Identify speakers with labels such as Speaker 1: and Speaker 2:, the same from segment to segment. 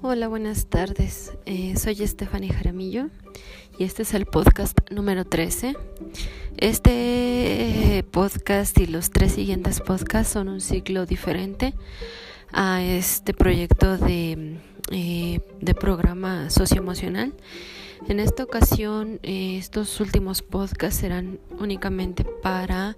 Speaker 1: Hola, buenas tardes. Soy Stephanie Jaramillo y este es el podcast número 13. Este podcast y los 3 siguientes podcasts son un ciclo diferente a este proyecto de programa socioemocional. En esta ocasión, estos últimos podcasts serán únicamente para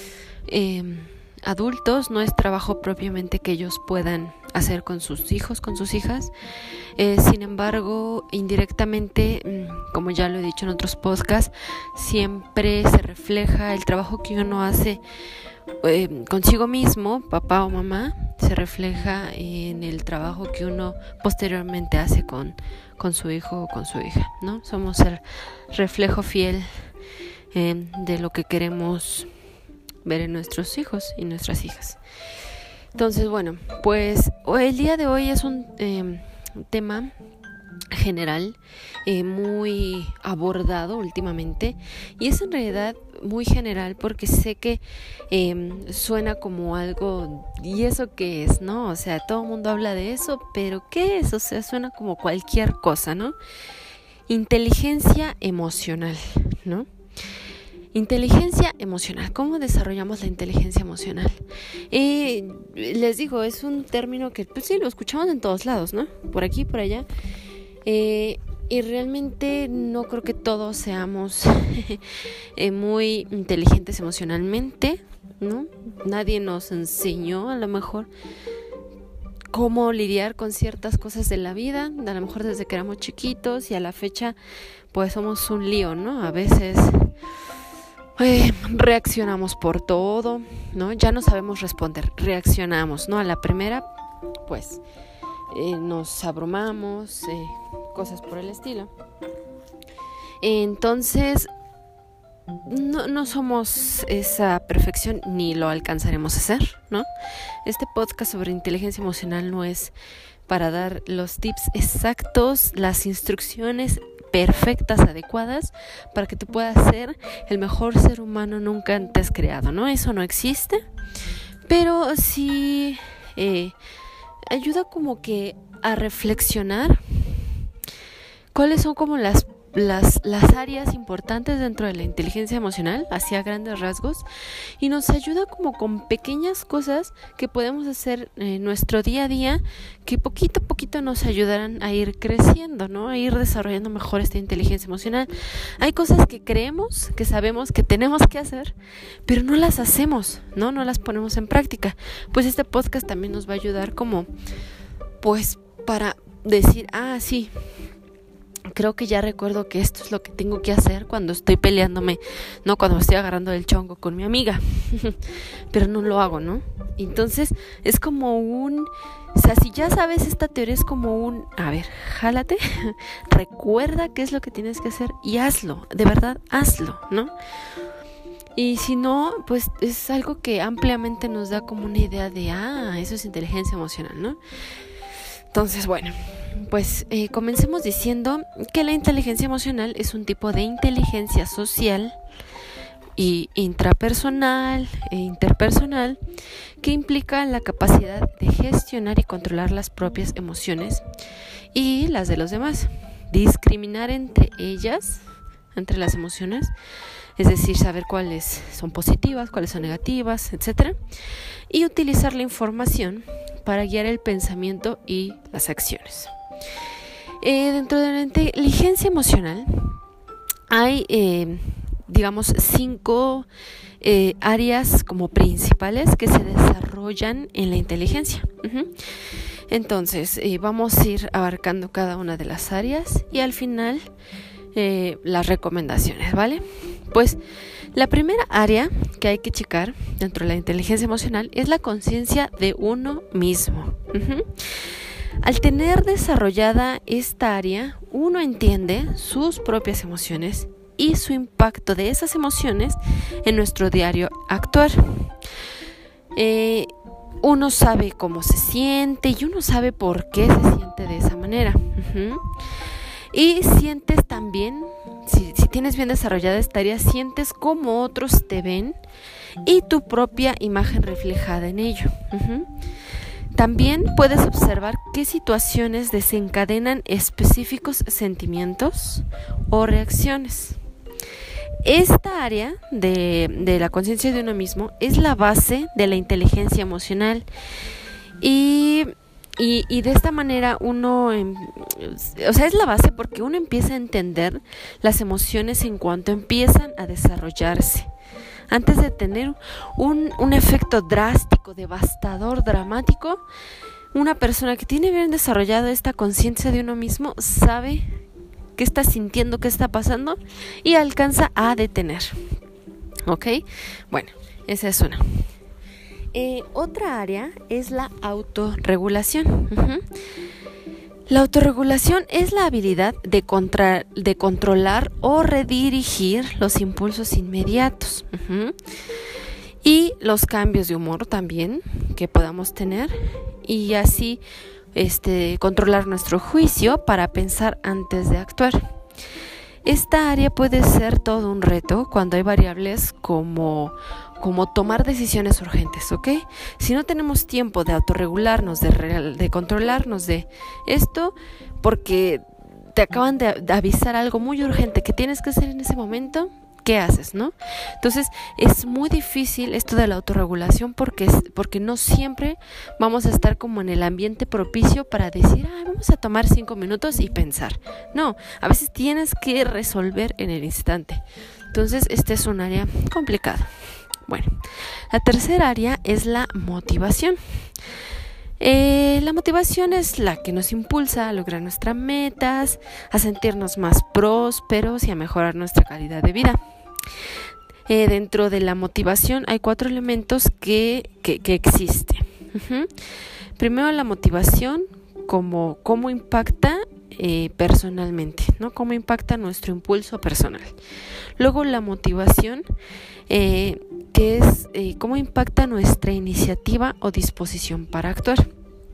Speaker 1: adultos. No es trabajo propiamente que ellos puedan hacer con sus hijos, con sus hijas. Sin embargo, indirectamente, como ya lo he dicho en otros podcasts, siempre se refleja el trabajo que uno hace consigo mismo, papá o mamá, se refleja en el trabajo que uno posteriormente hace con su hijo o con su hija, ¿no? Somos el reflejo fiel de lo que queremos ver en nuestros hijos y nuestras hijas. Entonces, bueno, pues el día de hoy es un tema general muy abordado últimamente, y es en realidad muy general porque sé que suena como algo, ¿y eso qué es? ¿No? O sea, todo el mundo habla de eso, pero ¿qué es? O sea, suena como cualquier cosa, ¿no? Inteligencia emocional, ¿no? Inteligencia emocional. ¿Cómo desarrollamos la inteligencia emocional? Les digo, es un término que pues sí, lo escuchamos en todos lados, ¿no? Por aquí, por allá. Y realmente no creo que todos seamos muy inteligentes emocionalmente, ¿no? Nadie nos enseñó a lo mejor cómo lidiar con ciertas cosas de la vida, a lo mejor desde que éramos chiquitos, y a la fecha pues somos un lío, ¿no? A veces reaccionamos por todo, ¿no? Ya no sabemos responder, reaccionamos, ¿no? A la primera, pues nos abrumamos, cosas por el estilo. Entonces, no somos esa perfección ni lo alcanzaremos a hacer, ¿no? Este podcast sobre inteligencia emocional no es para dar los tips exactos, las instrucciones perfectas, adecuadas, para que tú puedas ser el mejor ser humano nunca antes creado, ¿no? Eso no existe, pero sí ayuda como que a reflexionar cuáles son como las áreas importantes dentro de la inteligencia emocional, hacia grandes rasgos, y nos ayuda como con pequeñas cosas que podemos hacer en nuestro día a día, que poquito a poquito nos ayudarán a ir creciendo, ¿no? A ir desarrollando mejor esta inteligencia emocional. Hay cosas que creemos, que sabemos que tenemos que hacer, pero no las hacemos, ¿no? No las ponemos en práctica. Pues este podcast también nos va a ayudar como, pues, para decir, sí, creo que ya recuerdo que esto es lo que tengo que hacer cuando estoy peleándome, no cuando me estoy agarrando el chongo con mi amiga, pero no lo hago, ¿no? Entonces es como o sea, si ya sabes esta teoría, es como jálate, recuerda qué es lo que tienes que hacer y hazlo, de verdad hazlo, ¿no? Y si no, pues es algo que ampliamente nos da como una idea de, eso es inteligencia emocional, ¿no? Entonces, bueno, pues comencemos diciendo que la inteligencia emocional es un tipo de inteligencia social y intrapersonal e interpersonal que implica la capacidad de gestionar y controlar las propias emociones y las de los demás, discriminar entre ellas, entre las emociones, es decir, saber cuáles son positivas, cuáles son negativas, etc., y utilizar la información para guiar el pensamiento y las acciones. Dentro de la inteligencia emocional hay, 5 áreas como principales que se desarrollan en la inteligencia. Entonces, vamos a ir abarcando cada una de las áreas y al final las recomendaciones, ¿vale? Pues la primera área que hay que checar dentro de la inteligencia emocional es la conciencia de uno mismo. Al tener desarrollada esta área, uno entiende sus propias emociones y su impacto de esas emociones en nuestro diario actuar. Uno sabe cómo se siente y uno sabe por qué se siente de esa manera. Y sientes también, si tienes bien desarrollada esta área, sientes cómo otros te ven y tu propia imagen reflejada en ello. También puedes observar qué situaciones desencadenan específicos sentimientos o reacciones. Esta área de la conciencia de uno mismo es la base de la inteligencia emocional y de esta manera es la base porque uno empieza a entender las emociones en cuanto empiezan a desarrollarse. Antes de tener un efecto drástico, devastador, dramático, una persona que tiene bien desarrollado esta conciencia de uno mismo sabe qué está sintiendo, qué está pasando y alcanza a detener. ¿Ok? Bueno, esa es una. Otra área es la autorregulación. La autorregulación es la habilidad de controlar o redirigir los impulsos inmediatos y los cambios de humor también que podamos tener y así controlar nuestro juicio para pensar antes de actuar. Esta área puede ser todo un reto cuando hay variables como tomar decisiones urgentes, ¿ok? Si no tenemos tiempo de autorregularnos, de controlarnos de esto, porque te acaban de avisar algo muy urgente que tienes que hacer en ese momento, ¿qué haces, no? Entonces, es muy difícil esto de la autorregulación porque no siempre vamos a estar como en el ambiente propicio para decir, vamos a tomar 5 minutos y pensar. No, a veces tienes que resolver en el instante. Entonces, este es un área complicada. Bueno, la tercera área es la motivación. La motivación es la que nos impulsa a lograr nuestras metas, a sentirnos más prósperos y a mejorar nuestra calidad de vida. Dentro de la motivación hay 4 elementos que existen. Primero, la motivación, cómo impacta personalmente, ¿no? Cómo impacta nuestro impulso personal. Luego, la motivación, que es cómo impacta nuestra iniciativa o disposición para actuar.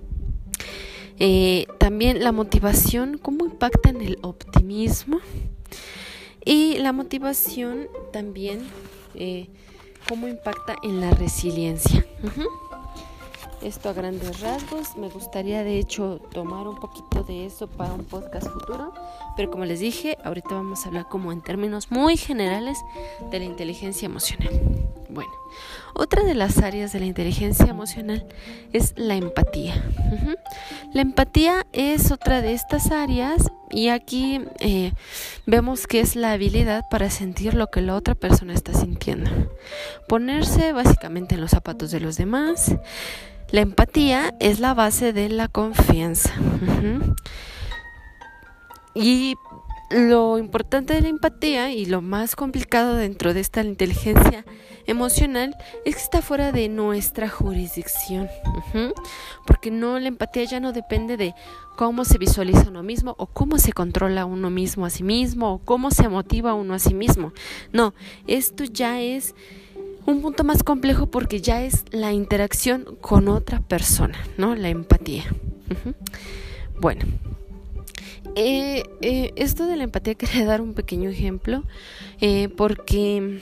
Speaker 1: También la motivación, cómo impacta en el optimismo. Y la motivación también, cómo impacta en la resiliencia. Esto a grandes rasgos. Me gustaría de hecho tomar un poquito de eso para un podcast futuro, pero como les dije, ahorita vamos a hablar como en términos muy generales de la inteligencia emocional. Bueno, otra de las áreas de la inteligencia emocional es la empatía. La empatía es otra de estas áreas y aquí vemos que es la habilidad para sentir lo que la otra persona está sintiendo. Ponerse básicamente en los zapatos de los demás. La empatía es la base de la confianza. Y lo importante de la empatía y lo más complicado dentro de esta inteligencia emocional es que está fuera de nuestra jurisdicción. Porque la empatía ya no depende de cómo se visualiza uno mismo o cómo se controla uno mismo a sí mismo o cómo se motiva uno a sí mismo. No, esto ya es un punto más complejo porque ya es la interacción con otra persona, ¿no? La empatía. Bueno, esto de la empatía quería dar un pequeño ejemplo porque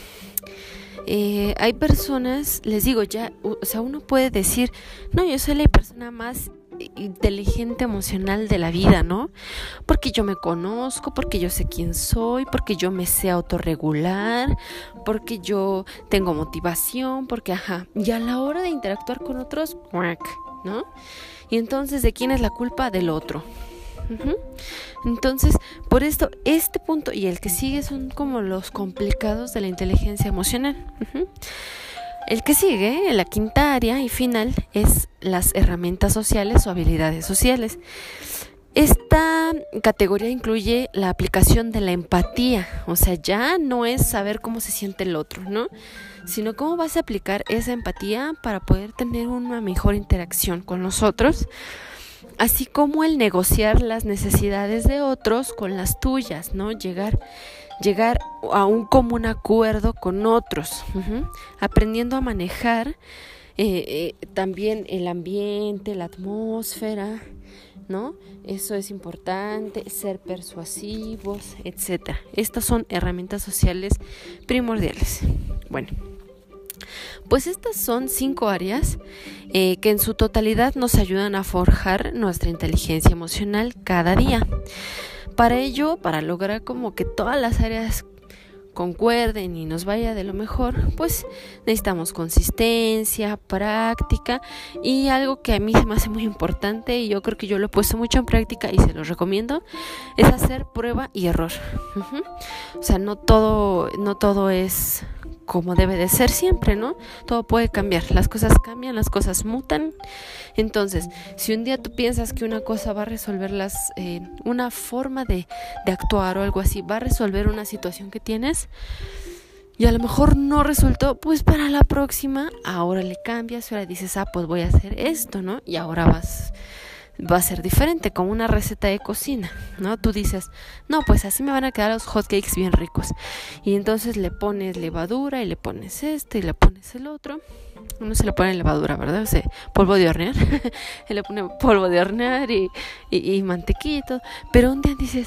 Speaker 1: hay personas, les digo ya, uno puede decir, no, yo soy la persona más inteligente emocional de la vida, ¿no? Porque yo me conozco, porque yo sé quién soy, porque yo me sé autorregular, porque yo tengo motivación, porque y a la hora de interactuar con otros, ¿no? Y entonces, ¿de quién es la culpa? Del otro. Entonces, por esto, este punto y el que sigue son como los complicados de la inteligencia emocional. El que sigue, la quinta área y final, es las herramientas sociales o habilidades sociales. Esta categoría incluye la aplicación de la empatía, o sea, ya no es saber cómo se siente el otro, ¿no? Sino cómo vas a aplicar esa empatía para poder tener una mejor interacción con los otros, así como el negociar las necesidades de otros con las tuyas, ¿no? Llegar a un común acuerdo con otros, aprendiendo a manejar también el ambiente, la atmósfera, ¿no? Eso es importante, ser persuasivos, etcétera. Estas son herramientas sociales primordiales. Bueno, Pues estas son 5 áreas que en su totalidad nos ayudan a forjar nuestra inteligencia emocional cada día. Para ello, para lograr como que todas las áreas concuerden y nos vaya de lo mejor, pues necesitamos consistencia, práctica y algo que a mí se me hace muy importante y yo creo que yo lo he puesto mucho en práctica y se los recomiendo, es hacer prueba y error. O sea, no todo es como debe de ser siempre, ¿no? Todo puede cambiar, las cosas cambian, las cosas mutan. Entonces, si un día tú piensas que una cosa va a resolver una forma de actuar o algo así, va a resolver una situación que tienes y a lo mejor no resultó, pues para la próxima, ahora le cambias, ahora dices, pues voy a hacer esto, ¿no? Y ahora va a ser diferente, como una receta de cocina, ¿no? Tú dices, no, pues así me van a quedar los hotcakes bien ricos. Y entonces le pones levadura y le pones esto y le pones el otro. Uno se le pone levadura, ¿verdad? O sea, polvo de hornear. Le pone polvo de hornear y mantequilla. Pero un día dices,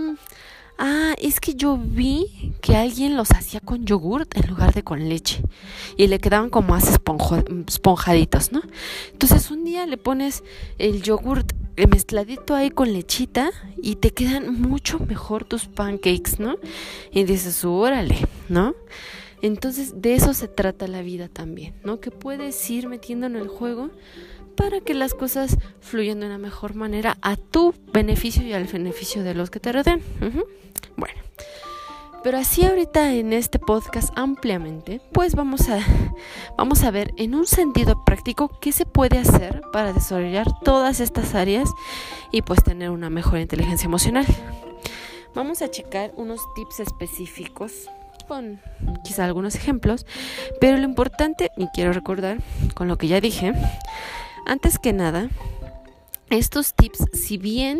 Speaker 1: es que yo vi que alguien los hacía con yogurt en lugar de con leche y le quedaban como más esponjaditos, ¿no? Entonces un día le pones el yogurt mezcladito ahí con lechita y te quedan mucho mejor tus pancakes, ¿no? Y dices, órale, ¿no? Entonces de eso se trata la vida también, ¿no? Que puedes ir metiendo en el juego para que las cosas fluyan de una mejor manera a tu beneficio y al beneficio de los que te rodean. Bueno, pero así ahorita en este podcast ampliamente, pues vamos a ver en un sentido práctico qué se puede hacer para desarrollar todas estas áreas y pues tener una mejor inteligencia emocional. Vamos a checar unos tips específicos con quizá algunos ejemplos, pero lo importante, y quiero recordar con lo que ya dije, antes que nada, estos tips, si bien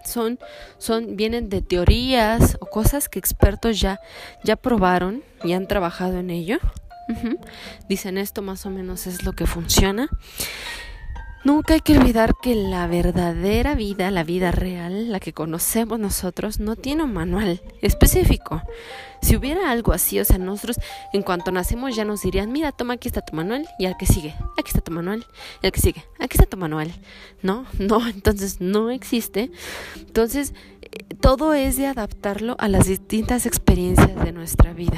Speaker 1: vienen de teorías o cosas que expertos ya probaron y han trabajado en ello, dicen esto más o menos es lo que funciona. Nunca hay que olvidar que la verdadera vida, la vida real, la que conocemos nosotros, no tiene un manual específico. Si hubiera algo así, o sea, nosotros en cuanto nacemos ya nos dirían, mira, toma, aquí está tu manual, y al que sigue, aquí está tu manual, y al que sigue, aquí está tu manual. No, entonces no existe. Entonces, todo es de adaptarlo a las distintas experiencias de nuestra vida.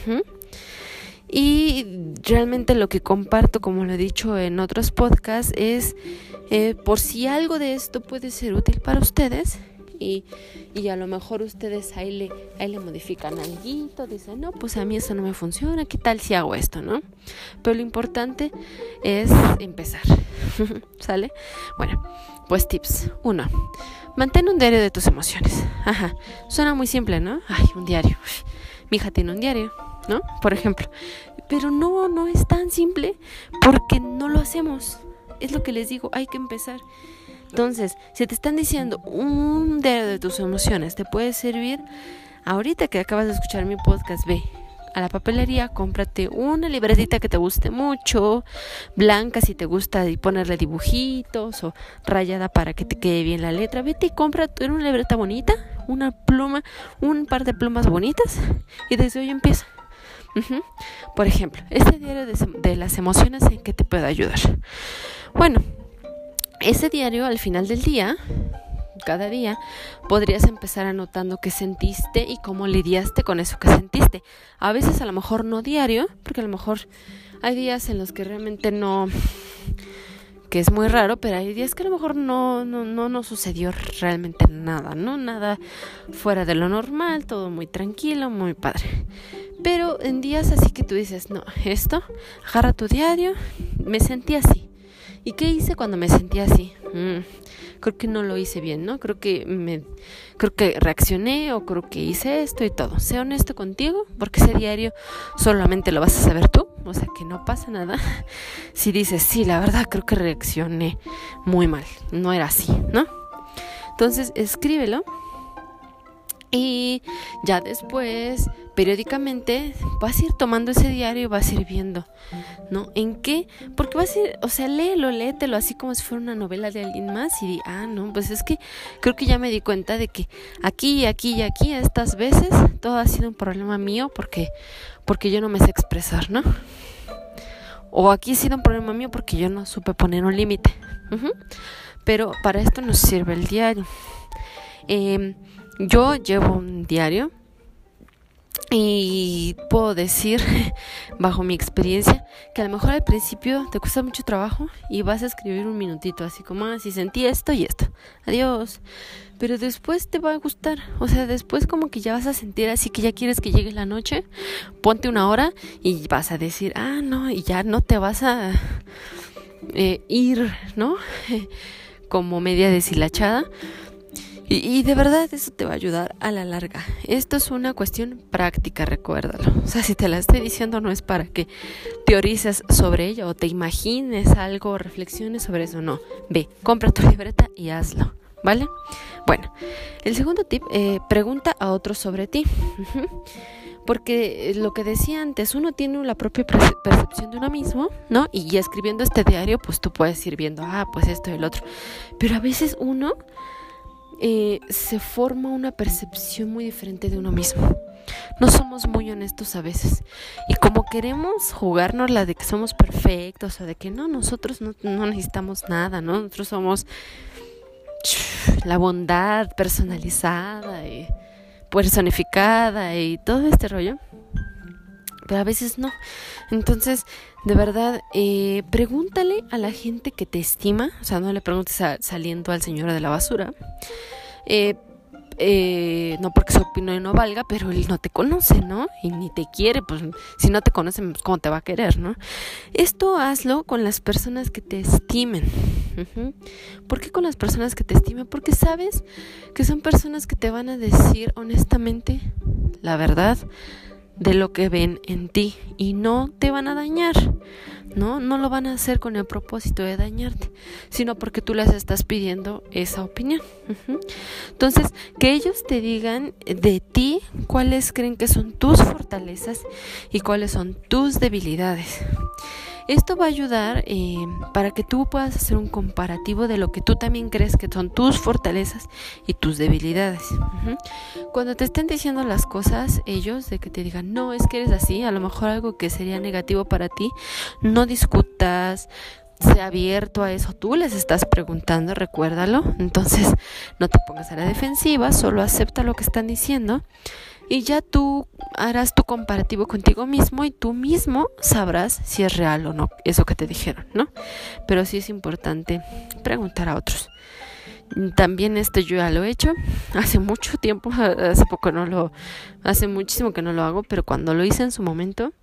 Speaker 1: Y realmente lo que comparto, como lo he dicho en otros podcasts, es por si algo de esto puede ser útil para ustedes y a lo mejor ustedes ahí le modifican algo, dicen, no, pues a mí eso no me funciona, ¿qué tal si hago esto, no? Pero lo importante es empezar, ¿sale? Bueno, pues tips. 1. Mantén un diario de tus emociones. Suena muy simple, ¿no? Un diario. Mi hija tiene un diario, ¿no? Por ejemplo. Pero no es tan simple porque no lo hacemos. Es lo que les digo, hay que empezar. Entonces, si te están diciendo un diario de tus emociones te puede servir, ahorita que acabas de escuchar mi podcast, ve a la papelería, cómprate una libretita que te guste mucho, blanca si te gusta, y ponerle dibujitos, o rayada para que te quede bien la letra. Vete y cómprate una libreta bonita, una pluma, un par de plumas bonitas, y desde hoy empieza. Por ejemplo, este diario de las emociones, ¿en qué te puede ayudar? Bueno, ese diario al final del día, cada día, podrías empezar anotando qué sentiste y cómo lidiaste con eso que sentiste. A veces a lo mejor no diario, porque a lo mejor hay días en los que realmente no, que es muy raro, pero hay días que a lo mejor no sucedió realmente nada, ¿no? Nada fuera de lo normal, todo muy tranquilo, muy padre. Pero en días así que tú dices, no, agarra tu diario, me sentí así. ¿Y qué hice cuando me sentí así? Creo que no lo hice bien, ¿no? Creo que reaccioné o creo que hice esto y todo. Sé honesto contigo, porque ese diario solamente lo vas a saber tú, o sea que no pasa nada. Si dices, sí, la verdad creo que reaccioné muy mal, no era así, ¿no? Entonces escríbelo. Y ya después, periódicamente, vas a ir tomando ese diario y vas a ir viendo, ¿no? ¿En qué? Porque vas a ir, o sea, léetelo así como si fuera una novela de alguien más y no, pues es que creo que ya me di cuenta de que aquí, estas veces, todo ha sido un problema mío porque yo no me sé expresar, ¿no? O aquí ha sido un problema mío porque yo no supe poner un límite. Pero para esto nos sirve el diario. Yo llevo un diario y puedo decir, bajo mi experiencia, que a lo mejor al principio te cuesta mucho trabajo y vas a escribir un minutito, así como, si sentí esto y esto, adiós. Pero después te va a gustar, o sea, después como que ya vas a sentir así que ya quieres que llegue la noche, ponte una hora y vas a decir, no, y ya no te vas a ir, ¿no? Como media deshilachada. Y de verdad eso te va a ayudar a la larga. Esto es una cuestión práctica, recuérdalo. O sea, si te la estoy diciendo no es para que teorices sobre ello o te imagines algo o reflexiones sobre eso. No, ve, compra tu libreta y hazlo, ¿vale? Bueno, el segundo tip, pregunta a otros sobre ti. Porque lo que decía antes, uno tiene la propia percepción de uno mismo, ¿no? Y escribiendo este diario, pues tú puedes ir viendo, pues esto y el otro. Pero a veces uno se forma una percepción muy diferente de uno mismo. No somos muy honestos a veces. Y como queremos jugarnos la de que somos perfectos o de que no, nosotros no necesitamos nada, ¿no? Nosotros somos la bondad personalizada y personificada y todo este rollo. Pero a veces no. Entonces, de verdad, pregúntale a la gente que te estima. O sea, no le preguntes saliendo al señor de la basura. No porque su opinión no valga, pero él no te conoce, ¿no? Y ni te quiere, pues si no te conoce, pues, ¿cómo te va a querer, no? Esto hazlo con las personas que te estimen. ¿Por qué con las personas que te estimen? Porque sabes que son personas que te van a decir honestamente la verdad de lo que ven en ti y no te van a dañar, no lo van a hacer con el propósito de dañarte, sino porque tú les estás pidiendo esa opinión. Entonces, que ellos te digan de ti cuáles creen que son tus fortalezas y cuáles son tus debilidades. Esto va a ayudar para que tú puedas hacer un comparativo de lo que tú también crees que son tus fortalezas y tus debilidades. Cuando te estén diciendo las cosas, ellos, de que te digan, no, es que eres así, a lo mejor algo que sería negativo para ti, no discutas, sea abierto a eso. Tú les estás preguntando, recuérdalo. Entonces, no te pongas a la defensiva, solo acepta lo que están diciendo. Y ya tú harás tu comparativo contigo mismo y tú mismo sabrás si es real o no eso que te dijeron, ¿no? Pero sí es importante preguntar a otros. También yo ya lo he hecho hace mucho tiempo, hace muchísimo que no lo hago, pero cuando lo hice en su momento,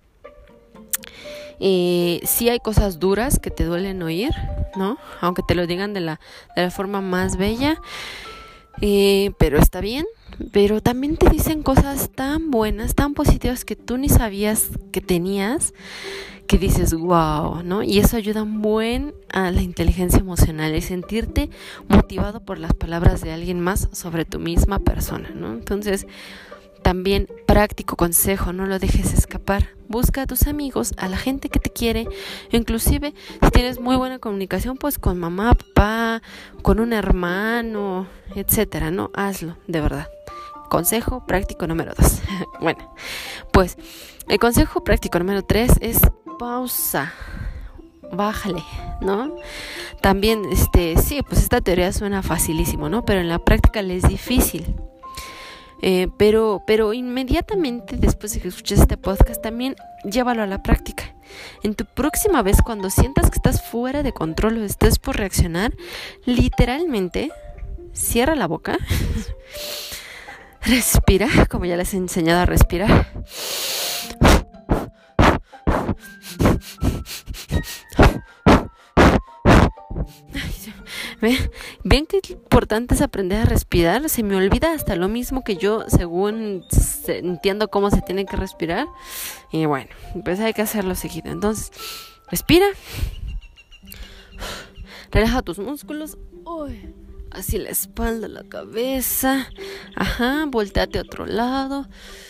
Speaker 1: sí hay cosas duras que te duelen oír, ¿no? Aunque te lo digan de la forma más bella. Pero está bien, pero también te dicen cosas tan buenas, tan positivas que tú ni sabías que tenías, que dices wow, ¿no? Y eso ayuda muy a la inteligencia emocional, y sentirte motivado por las palabras de alguien más sobre tu misma persona, ¿no? Entonces, también práctico consejo, no lo dejes escapar. Busca a tus amigos, a la gente que te quiere, inclusive si tienes muy buena comunicación, pues con mamá, papá, con un hermano, etcétera, ¿no? Hazlo, de verdad. Consejo práctico número 2. Bueno, pues el consejo práctico número 3 es pausa. Bájale, ¿no? También, sí, pues esta teoría suena facilísimo, ¿no? Pero en la práctica le es difícil. Pero inmediatamente después de que escuches este podcast también llévalo a la práctica. En tu próxima vez, cuando sientas que estás fuera de control o estés por reaccionar, literalmente cierra la boca, respira, como ya les he enseñado a respirar. ¿Ven qué importante es aprender a respirar? Se me olvida hasta lo mismo que yo, según entiendo cómo se tiene que respirar. Y bueno, pues hay que hacerlo seguido. Entonces, respira. Relaja tus músculos. Uy, así la espalda, la cabeza. Volteate a otro lado.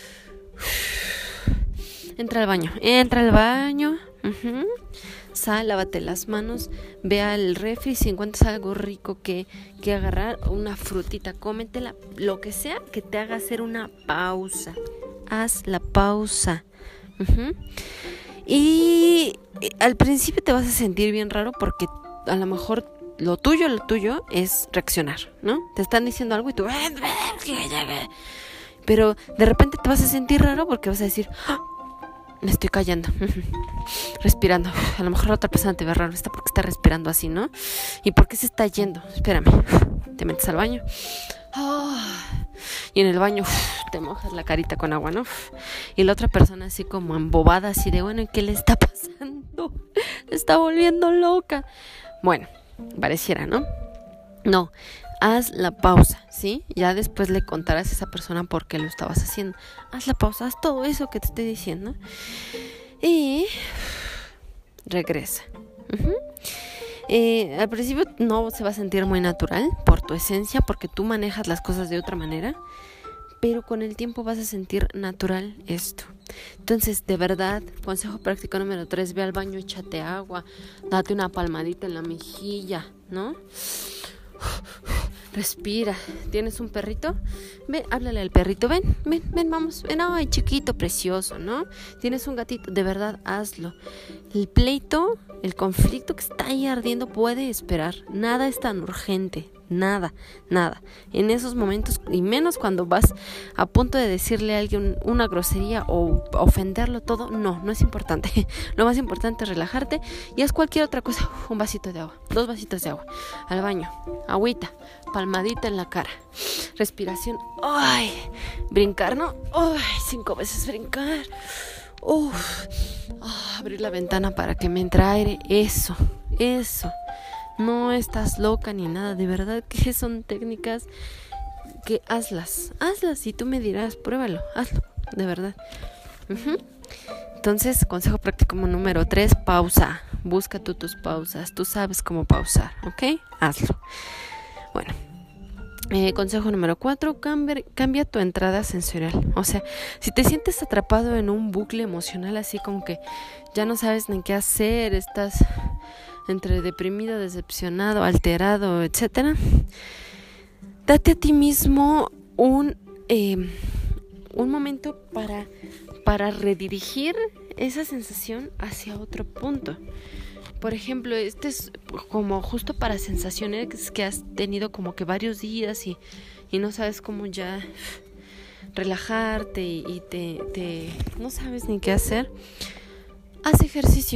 Speaker 1: Entra al baño. Sal, lávate las manos, ve al refri, si encuentras algo rico que agarrar, una frutita, cómetela, lo que sea que te haga hacer una pausa. Haz la pausa. Y al principio te vas a sentir bien raro porque a lo mejor lo tuyo es reaccionar, ¿no? Te están diciendo algo y tú... Pero de repente te vas a sentir raro porque vas a decir... me estoy callando, respirando. A lo mejor la otra persona te ve raro, está porque está respirando así, ¿no? ¿Y por qué se está yendo? Espérame. Te metes al baño. Y en el baño te mojas la carita con agua, ¿no? Y la otra persona así como embobada, así de, bueno, ¿y qué le está pasando? Se está volviendo loca. Bueno, pareciera, ¿no? No, haz la pausa, ¿sí? Ya después le contarás a esa persona por qué lo estabas haciendo. Haz la pausa, haz todo eso que te estoy diciendo. Y regresa. Al principio no se va a sentir muy natural por tu esencia, porque tú manejas las cosas de otra manera, pero con el tiempo vas a sentir natural esto. Entonces, de verdad, consejo práctico número 3, ve al baño, échate agua, date una palmadita en la mejilla, ¿no? Respira. ¿Tienes un perrito? Ven, háblale al perrito. Ven, vamos. Ven, ay, chiquito, precioso, ¿no? Tienes un gatito, de verdad, hazlo. El pleito, el conflicto que está ahí ardiendo puede esperar. Nada es tan urgente. Nada. En esos momentos, y menos cuando vas a punto de decirle a alguien una grosería o ofenderlo todo, no es importante. Lo más importante es relajarte y haz cualquier otra cosa. Un vasito de agua, 2 vasitos de agua, al baño, agüita, palmadita en la cara, respiración, ay, brincar, ¿no? Ay, 5 veces brincar. Abrir la ventana para que me entre aire. Eso. No estás loca ni nada, de verdad que son técnicas que hazlas y tú me dirás, pruébalo, hazlo, de verdad. Entonces, consejo práctico número 3, pausa. Busca tú tus pausas, tú sabes cómo pausar, ¿ok? Hazlo. Bueno, consejo número 4, cambia tu entrada sensorial. O sea, si te sientes atrapado en un bucle emocional así como que ya no sabes ni qué hacer, estás entre deprimido, decepcionado, alterado, etcétera, date a ti mismo un momento para redirigir esa sensación hacia otro punto. Por ejemplo, este es como justo para sensaciones que has tenido como que varios días y no sabes cómo ya relajarte y te no sabes ni qué hacer. Haz ejercicio.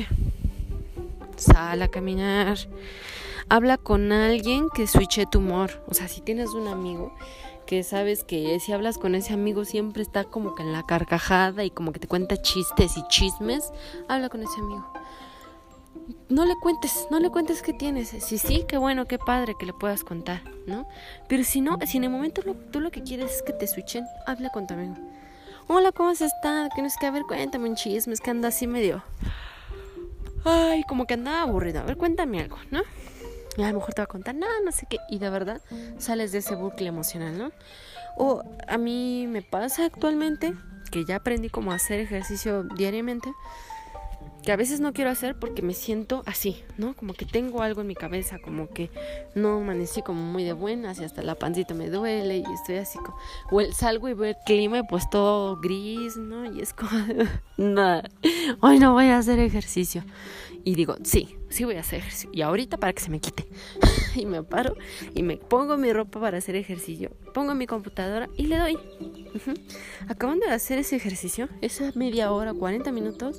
Speaker 1: Sal a caminar. Habla con alguien que switche tu humor. O sea, si tienes un amigo que sabes que si hablas con ese amigo siempre está como que en la carcajada y como que te cuenta chistes y chismes, habla con ese amigo. No le cuentes qué tienes. Si sí, qué bueno, qué padre que le puedas contar, ¿no? Pero si no, si en el momento tú lo que quieres es que te switchen, habla con tu amigo. Hola, ¿cómo has estado? Que no es que, a ver, cuéntame un chisme, es que anda así medio... Ay, como que andaba aburrido. A ver, cuéntame algo, ¿no? Y a lo mejor te va a contar, no sé qué. Y de verdad sales de ese bucle emocional, ¿no? O a mí me pasa actualmente que ya aprendí cómo hacer ejercicio diariamente, que a veces no quiero hacer porque me siento así, ¿no? Como que tengo algo en mi cabeza, como que no amanecí como muy de buenas y hasta la pancita me duele y estoy así como... O salgo y veo el clima y pues todo gris, ¿no? Y es como... nada, hoy no voy a hacer ejercicio. Y digo, sí voy a hacer ejercicio. Y ahorita para que se me quite. Y me paro y me pongo mi ropa para hacer ejercicio. Pongo mi computadora y le doy. Acabando de hacer ese ejercicio, esa media hora, 40 minutos...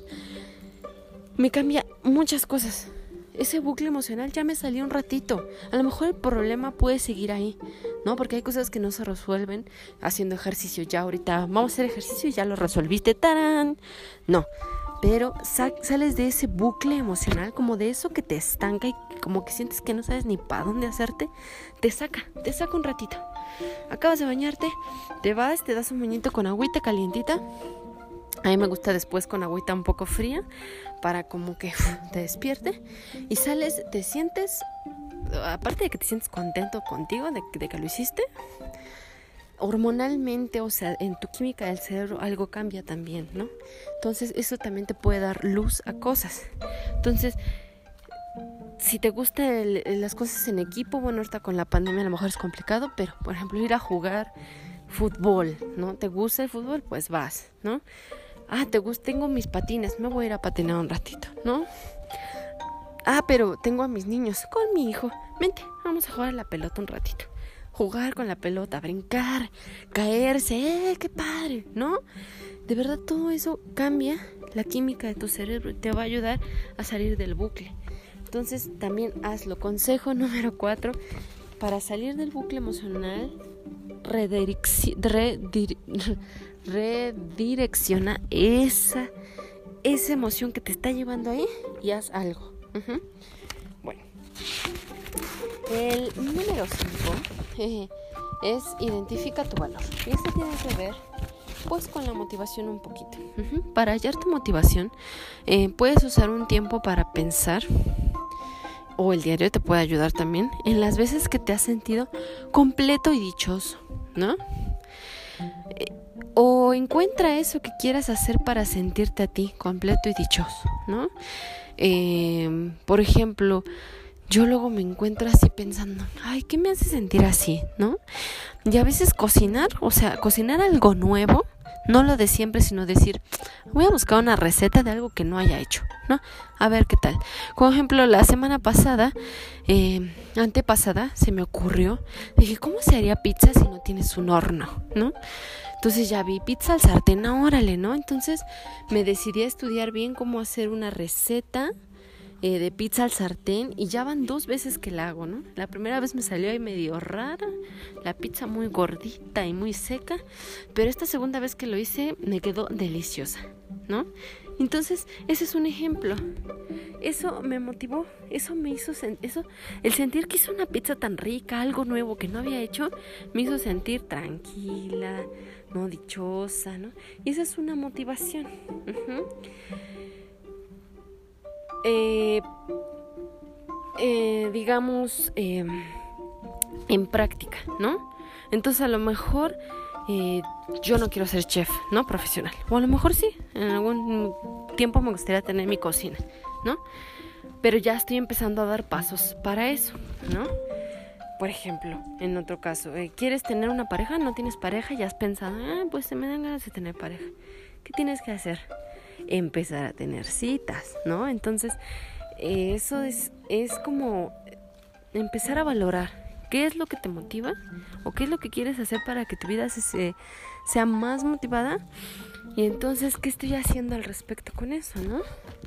Speaker 1: me cambia muchas cosas. Ese bucle emocional ya me salió un ratito. A lo mejor el problema puede seguir ahí, ¿no? Porque hay cosas que no se resuelven haciendo ejercicio. Ya ahorita vamos a hacer ejercicio y ya lo resolviste. ¡Tarán! No, pero sales de ese bucle emocional, como de eso que te estanca y como que sientes que no sabes ni para dónde hacerte. Te saca un ratito. Acabas de bañarte, te vas, te das un bañito con agüita calientita. A mí me gusta después con agüita un poco fría para como que te despierte y sales, te sientes, aparte de que te sientes contento contigo de que lo hiciste, hormonalmente, o sea, en tu química del cerebro algo cambia también, ¿no? Entonces eso también te puede dar luz a cosas. Entonces, si te gustan las cosas en equipo, bueno, ahorita con la pandemia a lo mejor es complicado, pero por ejemplo ir a jugar fútbol, ¿no? ¿Te gusta el fútbol? Pues vas, ¿no? tengo mis patines, me voy a ir a patinar un ratito, ¿no? Pero tengo a mis niños con mi hijo. Vente, vamos a jugar a la pelota un ratito. Jugar con la pelota, brincar, caerse, qué padre, ¿no? De verdad todo eso cambia la química de tu cerebro y te va a ayudar a salir del bucle. Entonces también hazlo. Consejo número 4, para salir del bucle emocional, redirecciona esa emoción que te está llevando ahí y haz algo. Bueno, el número 5 es identifica tu valor. Y esto tiene que ver pues con la motivación un poquito. Para hallar tu motivación, puedes usar un tiempo para pensar, o el diario te puede ayudar también, en las veces que te has sentido completo y dichoso, ¿no? O encuentra eso que quieras hacer para sentirte a ti completo y dichoso, ¿no? Por ejemplo, yo luego me encuentro así pensando, ¿qué me hace sentir así, no? Y a veces cocinar algo nuevo, no lo de siempre, sino decir, voy a buscar una receta de algo que no haya hecho, ¿no? A ver qué tal. Por ejemplo, la semana pasada, antepasada, se me ocurrió, dije, ¿cómo se haría pizza si no tienes un horno, no? Entonces ya vi pizza al sartén, órale, ¿no? Entonces me decidí a estudiar bien cómo hacer una receta de pizza al sartén, y ya van 2 veces que la hago, ¿no? La primera vez me salió ahí medio rara, la pizza muy gordita y muy seca, pero esta segunda vez que lo hice me quedó deliciosa, ¿no? Entonces ese es un ejemplo. Eso me motivó, eso me hizo el sentir que hice una pizza tan rica, algo nuevo que no había hecho, me hizo sentir tranquila, no, dichosa, ¿no? Y esa es una motivación. Digamos, en práctica, ¿no? Entonces a lo mejor yo no quiero ser chef, ¿no? Profesional. O a lo mejor sí, en algún tiempo me gustaría tener mi cocina, ¿no? Pero ya estoy empezando a dar pasos para eso, ¿no? Por ejemplo, en otro caso, ¿quieres tener una pareja? ¿No tienes pareja? Ya has pensado, pues se me dan ganas de tener pareja. ¿Qué tienes que hacer? Empezar a tener citas, ¿no? Entonces, eso es como empezar a valorar qué es lo que te motiva o qué es lo que quieres hacer para que tu vida sea más motivada. Y entonces, ¿qué estoy haciendo al respecto con eso, no?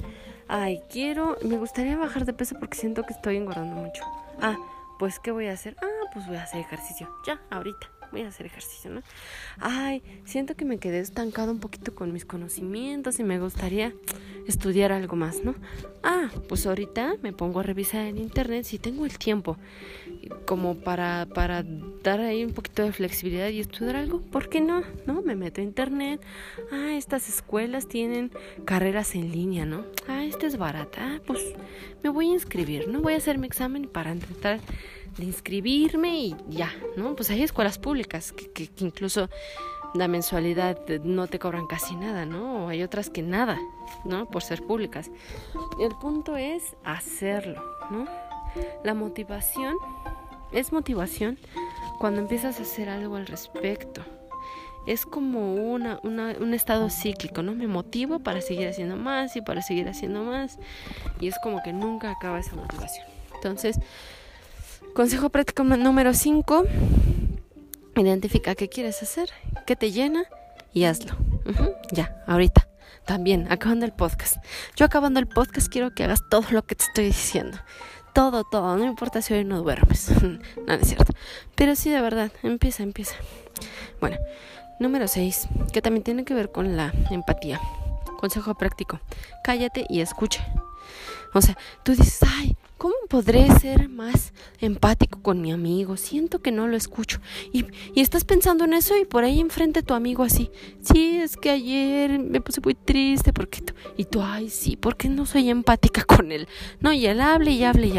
Speaker 1: Me gustaría bajar de peso porque siento que estoy engordando mucho. Pues ¿qué voy a hacer? Pues voy a hacer ejercicio. Ya, ahorita voy a hacer ejercicio, ¿no? Siento que me quedé estancado un poquito con mis conocimientos y me gustaría estudiar algo más, ¿no? Pues ahorita me pongo a revisar en internet si tengo el tiempo como para dar ahí un poquito de flexibilidad y estudiar algo. ¿Por qué no? ¿No? Me meto a internet. Estas escuelas tienen carreras en línea, ¿no? Esta es barata. Pues me voy a inscribir, ¿no? Voy a hacer mi examen para intentar de inscribirme y ya, ¿no? Pues hay escuelas públicas que incluso la mensualidad no te cobran casi nada, ¿no? O hay otras que nada, ¿no? Por ser públicas. El punto es hacerlo, ¿no? La motivación es motivación cuando empiezas a hacer algo al respecto. Es como un estado cíclico, ¿no? Me motivo para seguir haciendo más y para seguir haciendo más, y es como que nunca acaba esa motivación. Entonces, consejo práctico número 5, identifica qué quieres hacer, qué te llena y hazlo. Ya, ahorita, también, acabando el podcast. Yo acabando el podcast quiero que hagas todo lo que te estoy diciendo. Todo, no importa si hoy no duermes. No es cierto. Pero sí, de verdad, empieza. Bueno, número 6, que también tiene que ver con la empatía. Consejo práctico, cállate y escucha. O sea, tú dices, ¿cómo podré ser más empático con mi amigo? Siento que no lo escucho. Y estás pensando en eso y por ahí enfrente tu amigo así. Sí, es que ayer me puse muy triste porque tú, sí, porque no soy empática con él. No, y él hable.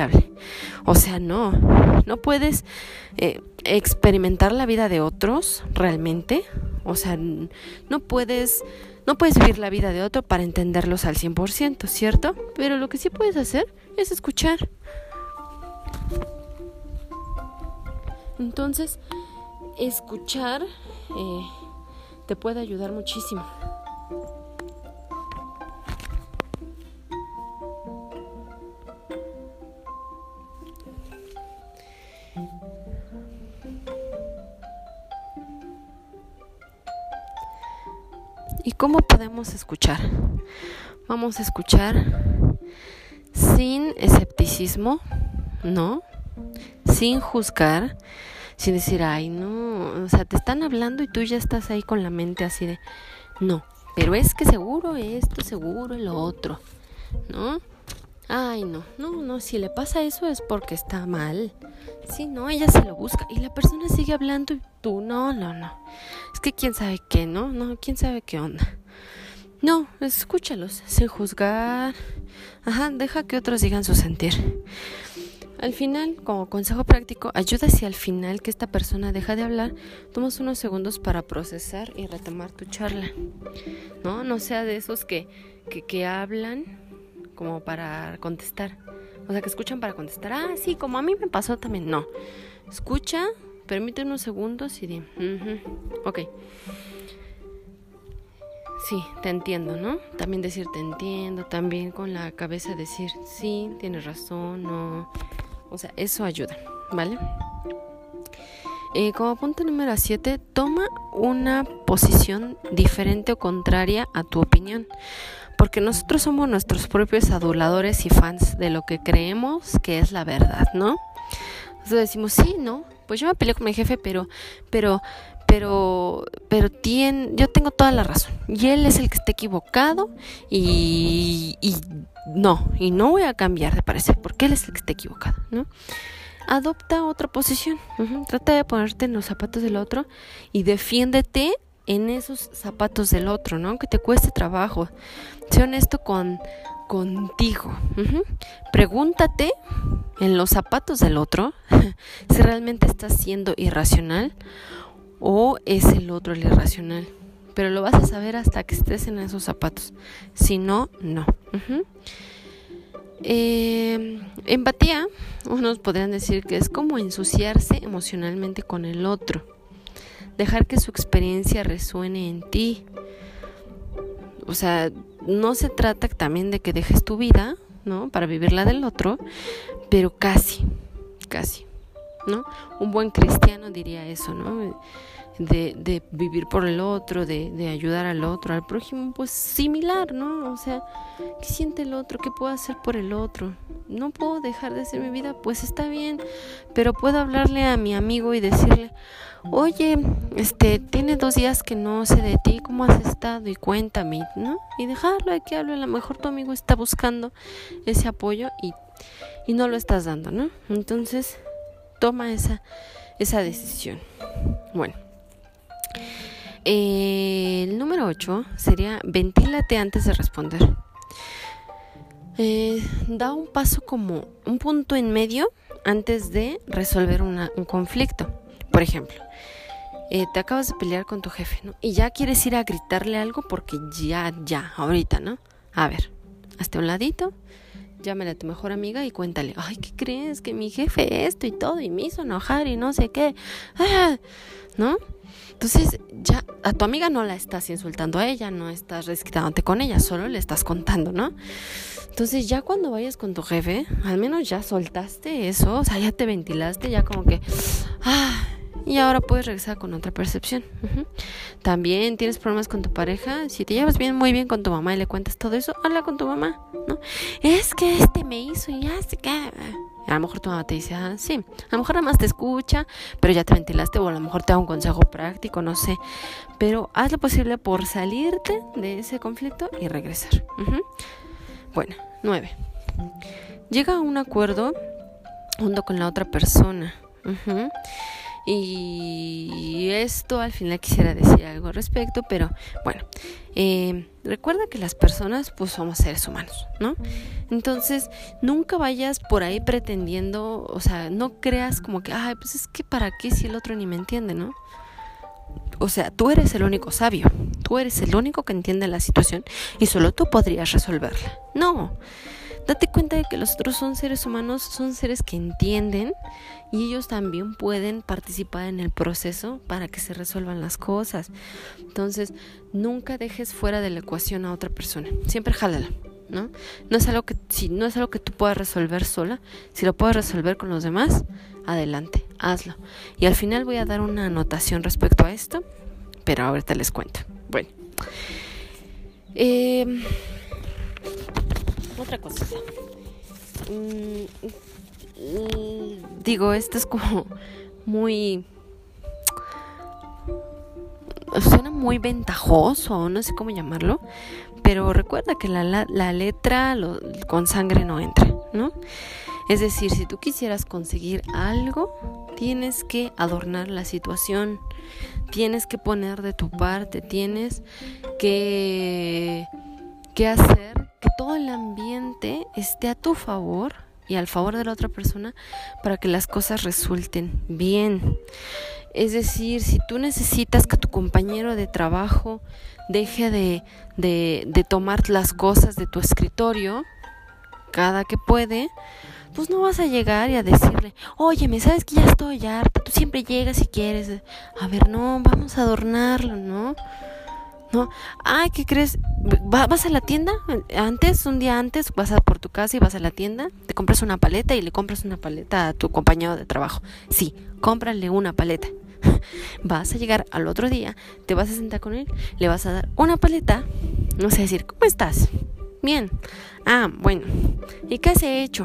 Speaker 1: O sea, no puedes experimentar la vida de otros realmente. O sea, no puedes vivir la vida de otro para entenderlos al 100%, ¿cierto? Pero lo que sí puedes hacer es escuchar. Entonces, escuchar te puede ayudar muchísimo. ¿Y cómo podemos escuchar? Vamos a escuchar sin escepticismo, ¿no? Sin juzgar, sin decir, ay, no, o sea, te están hablando y tú ya estás ahí con la mente así de, no, pero es que seguro esto, seguro lo otro, ¿no? Ay, no, si le pasa eso es porque está mal. Sí, no, ella se lo busca y la persona sigue hablando y tú, no. Es que quién sabe qué, ¿no? Quién sabe qué onda. No, escúchalos, sin juzgar. Deja que otros digan su sentir. Al final, como consejo práctico, ayuda si al final que esta persona deja de hablar, tomas unos segundos para procesar y retomar tu charla. No sea de esos que hablan como para contestar. O sea, que escuchan para contestar. Ah, sí, como a mí me pasó también. No. Escucha, permite unos segundos y di, ok. Sí, te entiendo, ¿no? También decir te entiendo, también con la cabeza decir sí, tienes razón, no. O sea, eso ayuda, ¿vale? Como punto número 7, toma una posición diferente o contraria a tu opinión. Porque nosotros somos nuestros propios aduladores y fans de lo que creemos que es la verdad, ¿no? Entonces decimos, sí, ¿no? Pues yo me peleé con mi jefe, pero yo tengo toda la razón. Y él es el que está equivocado y no voy a cambiar de parecer porque él es el que está equivocado, ¿no? Adopta otra posición. Trata de ponerte en los zapatos del otro y defiéndete en esos zapatos del otro, ¿no? Que te cueste trabajo. Sé honesto contigo. Pregúntate en los zapatos del otro si realmente estás siendo irracional o es el otro el irracional. Pero lo vas a saber hasta que estés en esos zapatos. Si no, no. Empatía, unos podrían decir que es como ensuciarse emocionalmente con el otro. Dejar que su experiencia resuene en ti. O sea, no se trata también de que dejes tu vida, ¿no? Para vivir la del otro, pero casi, ¿no? Un buen cristiano diría eso, ¿no? De vivir por el otro, de ayudar al otro, al prójimo, pues similar, ¿no? O sea, ¿qué siente el otro? ¿Qué puedo hacer por el otro? No puedo dejar de hacer mi vida, pues está bien, pero puedo hablarle a mi amigo y decirle, oye, tiene 2 días que no sé de ti, ¿cómo has estado? Y cuéntame, ¿no? Y dejarlo de que hable, a lo mejor tu amigo está buscando ese apoyo y no lo estás dando, ¿no? Entonces, toma esa decisión. Bueno. El número 8 sería ventílate antes de responder. Da un paso como un punto en medio antes de resolver un conflicto. Por ejemplo, te acabas de pelear con tu jefe, ¿no? Y ya quieres ir a gritarle algo porque ya, ahorita, ¿no? A ver, hazte un ladito, llámale a tu mejor amiga y cuéntale, ay, ¿qué crees? Que mi jefe esto y todo y me hizo enojar y no sé qué, ¿no? Entonces ya a tu amiga no la estás insultando a ella, no estás desquitándote con ella, solo le estás contando, ¿no? Entonces ya cuando vayas con tu jefe, al menos ya soltaste eso, o sea, ya te ventilaste, ya como que, y ahora puedes regresar con otra percepción. También tienes problemas con tu pareja, si te llevas muy bien con tu mamá y le cuentas todo eso, habla con tu mamá, ¿no? Es que me hizo y ya se queda. A lo mejor tu mamá te dice, sí, a lo mejor nada más te escucha, pero ya te ventilaste, o a lo mejor te da un consejo práctico, no sé. Pero haz lo posible por salirte de ese conflicto y regresar. Bueno, 9. Llega a un acuerdo junto con la otra persona. Y esto al final quisiera decir algo al respecto, pero bueno, recuerda que las personas pues somos seres humanos, ¿no? Entonces nunca vayas por ahí pretendiendo, o sea, no creas como que, pues es que para qué si el otro ni me entiende, ¿no? O sea, tú eres el único sabio, tú eres el único que entiende la situación y solo tú podrías resolverla. No, date cuenta de que los otros son seres humanos, son seres que entienden y ellos también pueden participar en el proceso para que se resuelvan las cosas. Entonces, nunca dejes fuera de la ecuación a otra persona, siempre jálala, ¿no? No es algo que tú puedas resolver sola. Si lo puedes resolver con los demás, adelante, hazlo. Y al final voy a dar una anotación respecto a esto, pero ahorita les cuento. Bueno, otra cosita. Digo, esto es como muy... suena muy ventajoso, no sé cómo llamarlo, pero recuerda que la letra con sangre no entra, ¿no? Es decir, si tú quisieras conseguir algo, tienes que adornar la situación, tienes que poner de tu parte, tienes que hacer que todo el ambiente esté a tu favor y al favor de la otra persona para que las cosas resulten bien. Es decir, si tú necesitas que tu compañero de trabajo deje de tomar las cosas de tu escritorio cada que puede, pues no vas a llegar y a decirle, oye, ¿me sabes que ya estoy harta? Tú siempre llegas si quieres. A ver, no, vamos a adornarlo, ¿no? No, ay, ¿qué crees? ¿Vas a la tienda? Un día antes, vas por tu casa y vas a la tienda, te compras una paleta y le compras una paleta a tu compañero de trabajo. Sí, cómprale una paleta. Vas a llegar al otro día, te vas a sentar con él, le vas a dar una paleta, no sé, decir, ¿cómo estás? Bien. Ah, bueno. ¿Y qué has hecho?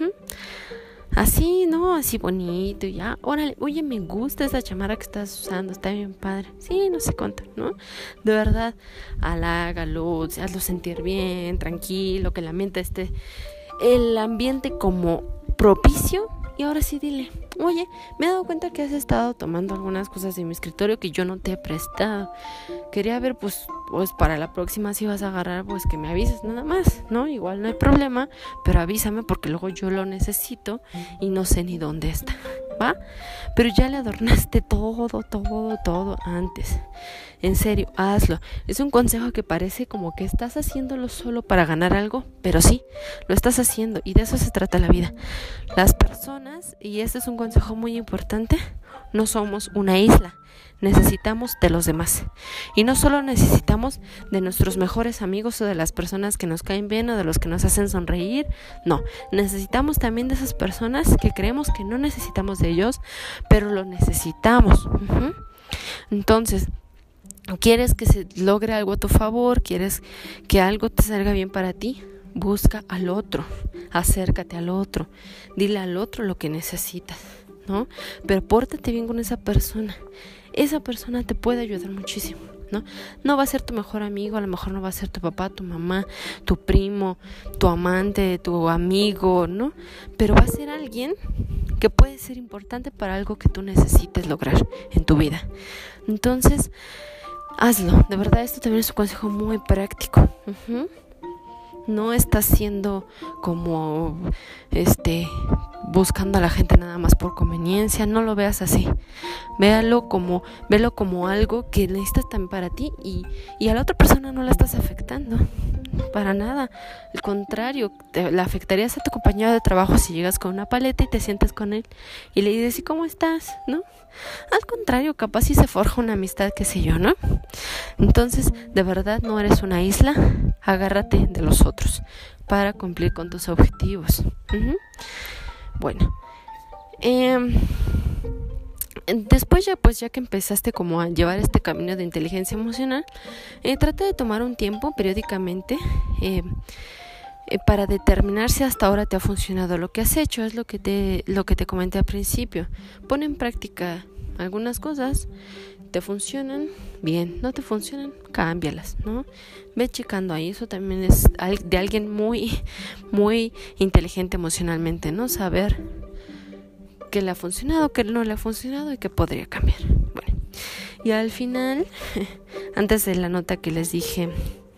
Speaker 1: Así, ¿no? Así bonito, ya. Órale, oye, me gusta esa chamarra que estás usando, está bien padre. Sí, no sé cuánto, ¿no? De verdad, halágalo, hazlo sentir bien, tranquilo, que la mente esté, el ambiente como propicio. Y ahora sí dile, oye, me he dado cuenta que has estado tomando algunas cosas de mi escritorio que yo no te he prestado. Quería ver, pues para la próxima si vas a agarrar, pues que me avises nada más, ¿no? Igual no hay problema, pero avísame porque luego yo lo necesito y no sé ni dónde está, ¿va? Pero ya le adornaste todo antes. En serio, hazlo. Es un consejo que parece como que estás haciéndolo solo para ganar algo, pero sí, lo estás haciendo y de eso se trata la vida. Las personas, y este es un consejo muy importante, no somos una isla. Necesitamos de los demás. Y no solo necesitamos de nuestros mejores amigos o de las personas que nos caen bien o de los que nos hacen sonreír. No, necesitamos también de esas personas que creemos que no necesitamos de ellos, pero lo necesitamos. Entonces, ¿quieres que se logre algo a tu favor? ¿Quieres que algo te salga bien para ti? Busca al otro, acércate al otro, dile al otro lo que necesitas, ¿no? Pero pórtate bien con esa persona. Esa persona te puede ayudar muchísimo, ¿no? No va a ser tu mejor amigo, a lo mejor no va a ser tu papá, tu mamá, tu primo, tu amante, tu amigo, ¿no? Pero va a ser alguien que puede ser importante para algo que tú necesites lograr en tu vida. Entonces, hazlo. De verdad, esto también es un consejo muy práctico. No estás siendo como buscando a la gente nada más por conveniencia. No lo veas así. Velo como algo que necesitas también para ti y a la otra persona no la estás afectando para nada. Al contrario, la afectarías a tu compañero de trabajo si llegas con una paleta y te sientas con él y le dices, ¿y cómo estás? ¿No? Al contrario, capaz si se forja una amistad, qué sé yo, ¿no? Entonces, de verdad no eres una isla. Agárrate de los otros para cumplir con tus objetivos. Bueno, después ya que empezaste como a llevar este camino de inteligencia emocional, trata de tomar un tiempo periódicamente para determinar si hasta ahora te ha funcionado lo que has hecho. Es lo que te comenté al principio. Pon en práctica algunas cosas. ¿Te funcionan? Bien. ¿No te funcionan? Cámbialas, ¿no? Ve checando ahí. Eso también es de alguien muy, muy inteligente emocionalmente, ¿no? Saber qué le ha funcionado, qué no le ha funcionado y qué podría cambiar. Bueno, y al final, antes de la nota que les dije,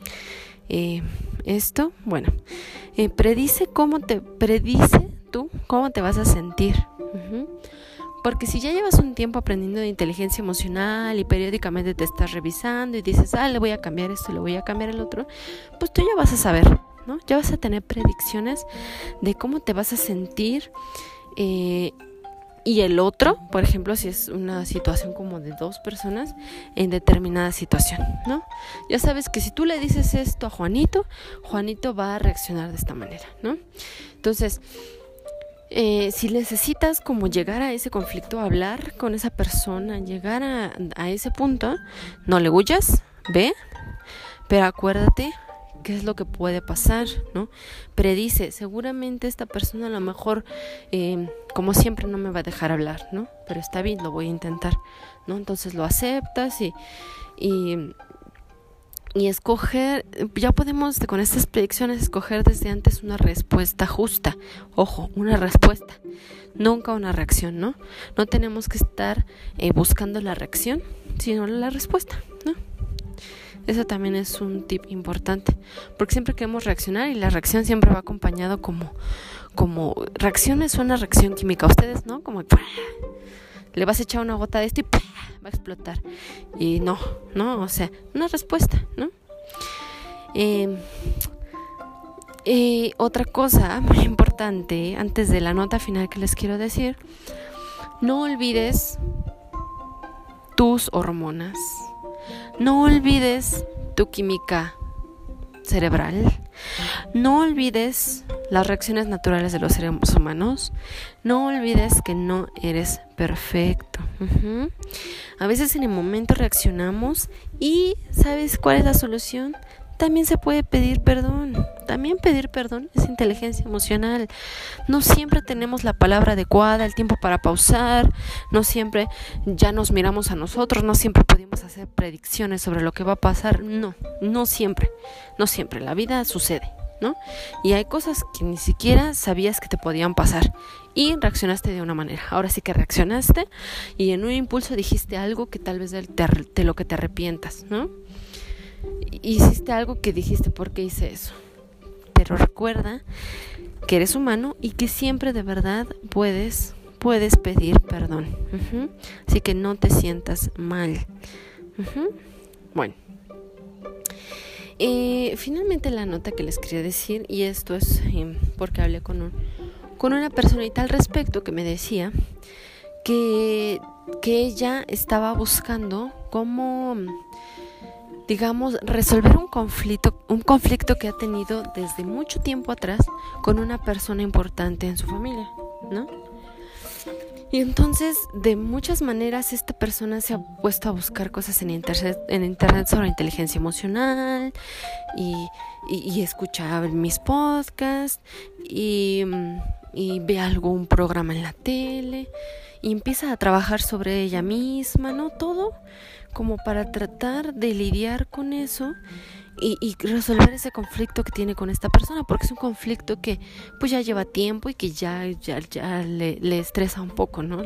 Speaker 1: predice tú cómo te vas a sentir. Porque si ya llevas un tiempo aprendiendo de inteligencia emocional y periódicamente te estás revisando y dices, le voy a cambiar esto, le voy a cambiar el otro, pues tú ya vas a saber, ¿no? Ya vas a tener predicciones de cómo te vas a sentir y el otro, por ejemplo, si es una situación como de 2 personas en determinada situación, ¿no? Ya sabes que si tú le dices esto a Juanito, Juanito va a reaccionar de esta manera, ¿no? Entonces, si necesitas como llegar a ese conflicto, hablar con esa persona, llegar a ese punto, no le huyas, ve, pero acuérdate qué es lo que puede pasar, ¿no? Predice, seguramente esta persona a lo mejor, como siempre, no me va a dejar hablar, ¿no? Pero está bien, lo voy a intentar, ¿no? Entonces lo aceptas y escoger, ya podemos con estas predicciones escoger desde antes una respuesta justa. Ojo, una respuesta, nunca una reacción, ¿no? No tenemos que estar buscando la reacción, sino la respuesta, ¿no? Eso también es un tip importante, porque siempre queremos reaccionar y la reacción siempre va acompañado como reacción es una reacción química. Ustedes, ¿no? Como le vas a echar una gota de esto y va a explotar. Y no, o sea, una respuesta, ¿no? Otra cosa muy importante, antes de la nota final que les quiero decir, no olvides tus hormonas. No olvides tu química cerebral. No olvides las reacciones naturales de los seres humanos. No olvides que no eres perfecto. A veces en el momento reaccionamos y ¿sabes cuál es la solución? También se puede pedir perdón. También pedir perdón es inteligencia emocional. No siempre tenemos la palabra adecuada, el tiempo para pausar. No siempre ya nos miramos a nosotros. No siempre podemos hacer predicciones sobre lo que va a pasar. No siempre. La vida sucede, ¿no? Y hay cosas que ni siquiera sabías que te podían pasar. Y reaccionaste de una manera. Ahora sí que reaccionaste y en un impulso dijiste algo que tal vez de lo que te arrepientas, ¿no? Hiciste algo que dijiste, ¿por qué hice eso? Pero recuerda que eres humano y que siempre de verdad puedes pedir perdón. Así que no te sientas mal. Bueno. Finalmente la nota que les quería decir, y esto es porque hablé con una personita al respecto que me decía que ella estaba buscando cómo, digamos, resolver un conflicto que ha tenido desde mucho tiempo atrás con una persona importante en su familia, ¿no? Y entonces, de muchas maneras, esta persona se ha puesto a buscar cosas en internet sobre inteligencia emocional y escucha mis podcasts y ve algún programa en la tele y empieza a trabajar sobre ella misma, ¿no? Todo como para tratar de lidiar con eso y resolver ese conflicto que tiene con esta persona, porque es un conflicto que pues ya lleva tiempo y que ya le estresa un poco, ¿no?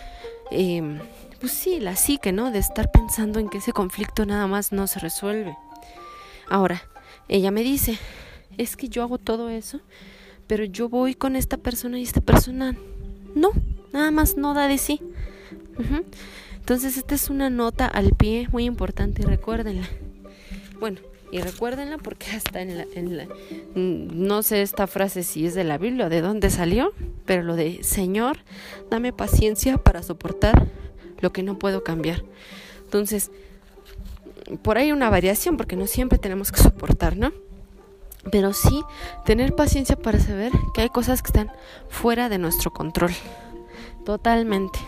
Speaker 1: Pues sí, la psique, ¿no? De estar pensando en que ese conflicto nada más no se resuelve. Ahora, ella me dice, es que yo hago todo eso, pero yo voy con esta persona y esta persona no, nada más no da de sí. Entonces esta es una nota al pie muy importante y recuérdenla. Bueno, y recuérdenla porque hasta no sé esta frase si es de la Biblia o de dónde salió, pero lo de Señor, dame paciencia para soportar lo que no puedo cambiar. Entonces, por ahí una variación porque no siempre tenemos que soportar, ¿no? Pero sí tener paciencia para saber que hay cosas que están fuera de nuestro control. Totalmente.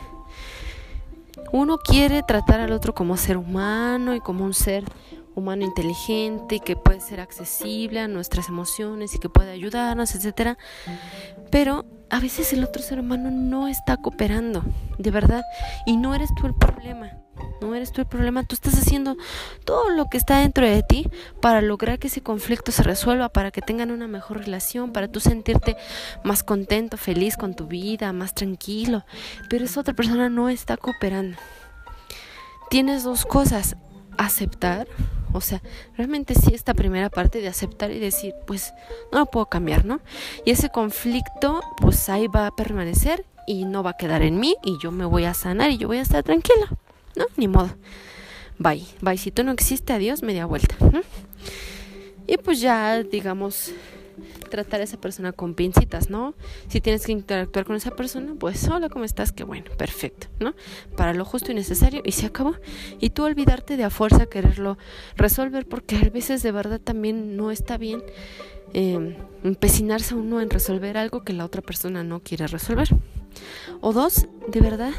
Speaker 1: Uno quiere tratar al otro como ser humano y como un ser humano inteligente y que puede ser accesible a nuestras emociones y que puede ayudarnos, etcétera. Pero a veces el otro ser humano no está cooperando, de verdad, y no eres tú el problema. Tú estás haciendo todo lo que está dentro de ti para lograr que ese conflicto se resuelva, para que tengan una mejor relación, para tú sentirte más contento, feliz con tu vida, más tranquilo. Pero esa otra persona no está cooperando. Tienes dos cosas: aceptar, o sea, realmente sí, esta primera parte de aceptar y decir, pues no lo puedo cambiar, ¿no? Y ese conflicto, pues ahí va a permanecer y no va a quedar en mí y yo me voy a sanar y yo voy a estar tranquila, ¿no? Ni modo. Bye. Si tú no existes, adiós, media vuelta, ¿no? Y pues ya, digamos, tratar a esa persona con pincitas, ¿no? Si tienes que interactuar con esa persona, pues hola, ¿cómo estás? Qué bueno, perfecto, ¿no? Para lo justo y necesario y se acabó. Y tú olvidarte de a fuerza quererlo resolver, porque a veces de verdad también no está bien empecinarse uno en resolver algo que la otra persona no quiere resolver. O dos, de verdad,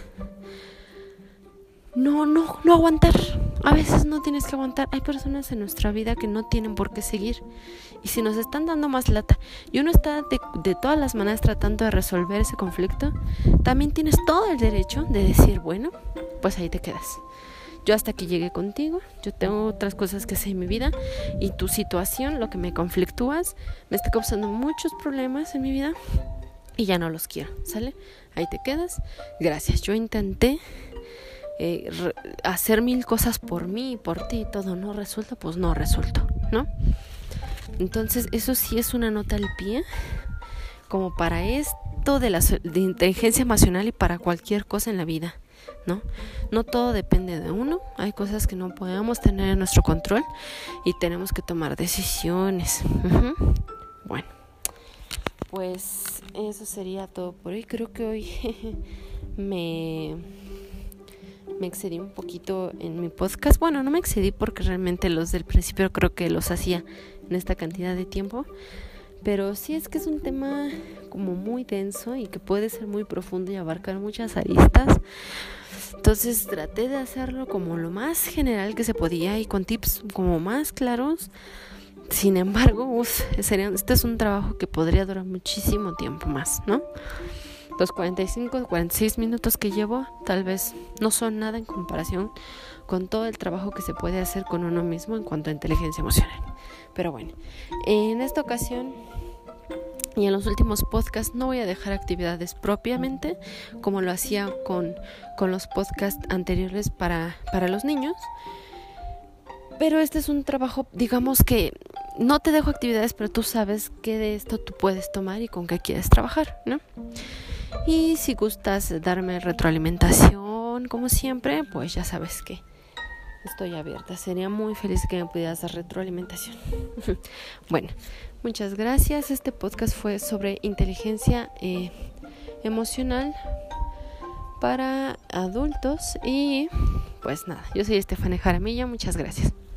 Speaker 1: no aguantar. A veces no tienes que aguantar. Hay personas en nuestra vida que no tienen por qué seguir. Y si nos están dando más lata y uno está de todas las maneras tratando de resolver ese conflicto, también tienes todo el derecho de decir, bueno, pues ahí te quedas. Yo hasta aquí llegué contigo, yo tengo otras cosas que hacer en mi vida y tu situación, lo que me conflictúas, me está causando muchos problemas en mi vida y ya no los quiero, ¿sale? Ahí te quedas. Gracias, yo intenté hacer 1000 cosas por mí y por ti y todo no resulta, pues no resultó, ¿no? Entonces eso sí es una nota al pie como para esto de inteligencia emocional y para cualquier cosa en la vida, ¿no? No todo depende de uno, hay cosas que no podemos tener en nuestro control y tenemos que tomar decisiones. Bueno, pues eso sería todo por hoy. Creo que hoy me excedí un poquito en mi podcast. Bueno, no me excedí porque realmente los del principio creo que los hacía en esta cantidad de tiempo, pero sí es que es un tema como muy denso y que puede ser muy profundo y abarcar muchas aristas. Entonces traté de hacerlo como lo más general que se podía y con tips como más claros. Sin embargo, este es un trabajo que podría durar muchísimo tiempo más, ¿no? Los 46 minutos que llevo tal vez no son nada en comparación con todo el trabajo que se puede hacer con uno mismo en cuanto a inteligencia emocional. Pero bueno, en esta ocasión y en los últimos podcasts no voy a dejar actividades propiamente como lo hacía con los podcasts anteriores para los niños. Pero este es un trabajo, digamos que no te dejo actividades, pero tú sabes qué de esto tú puedes tomar y con qué quieres trabajar, ¿no? Y si gustas darme retroalimentación, como siempre, pues ya sabes que estoy abierta. Sería muy feliz que me pudieras dar retroalimentación. Bueno, muchas gracias. Este podcast fue sobre inteligencia emocional para adultos. Y pues nada, yo soy Estefania Jaramillo. Muchas gracias.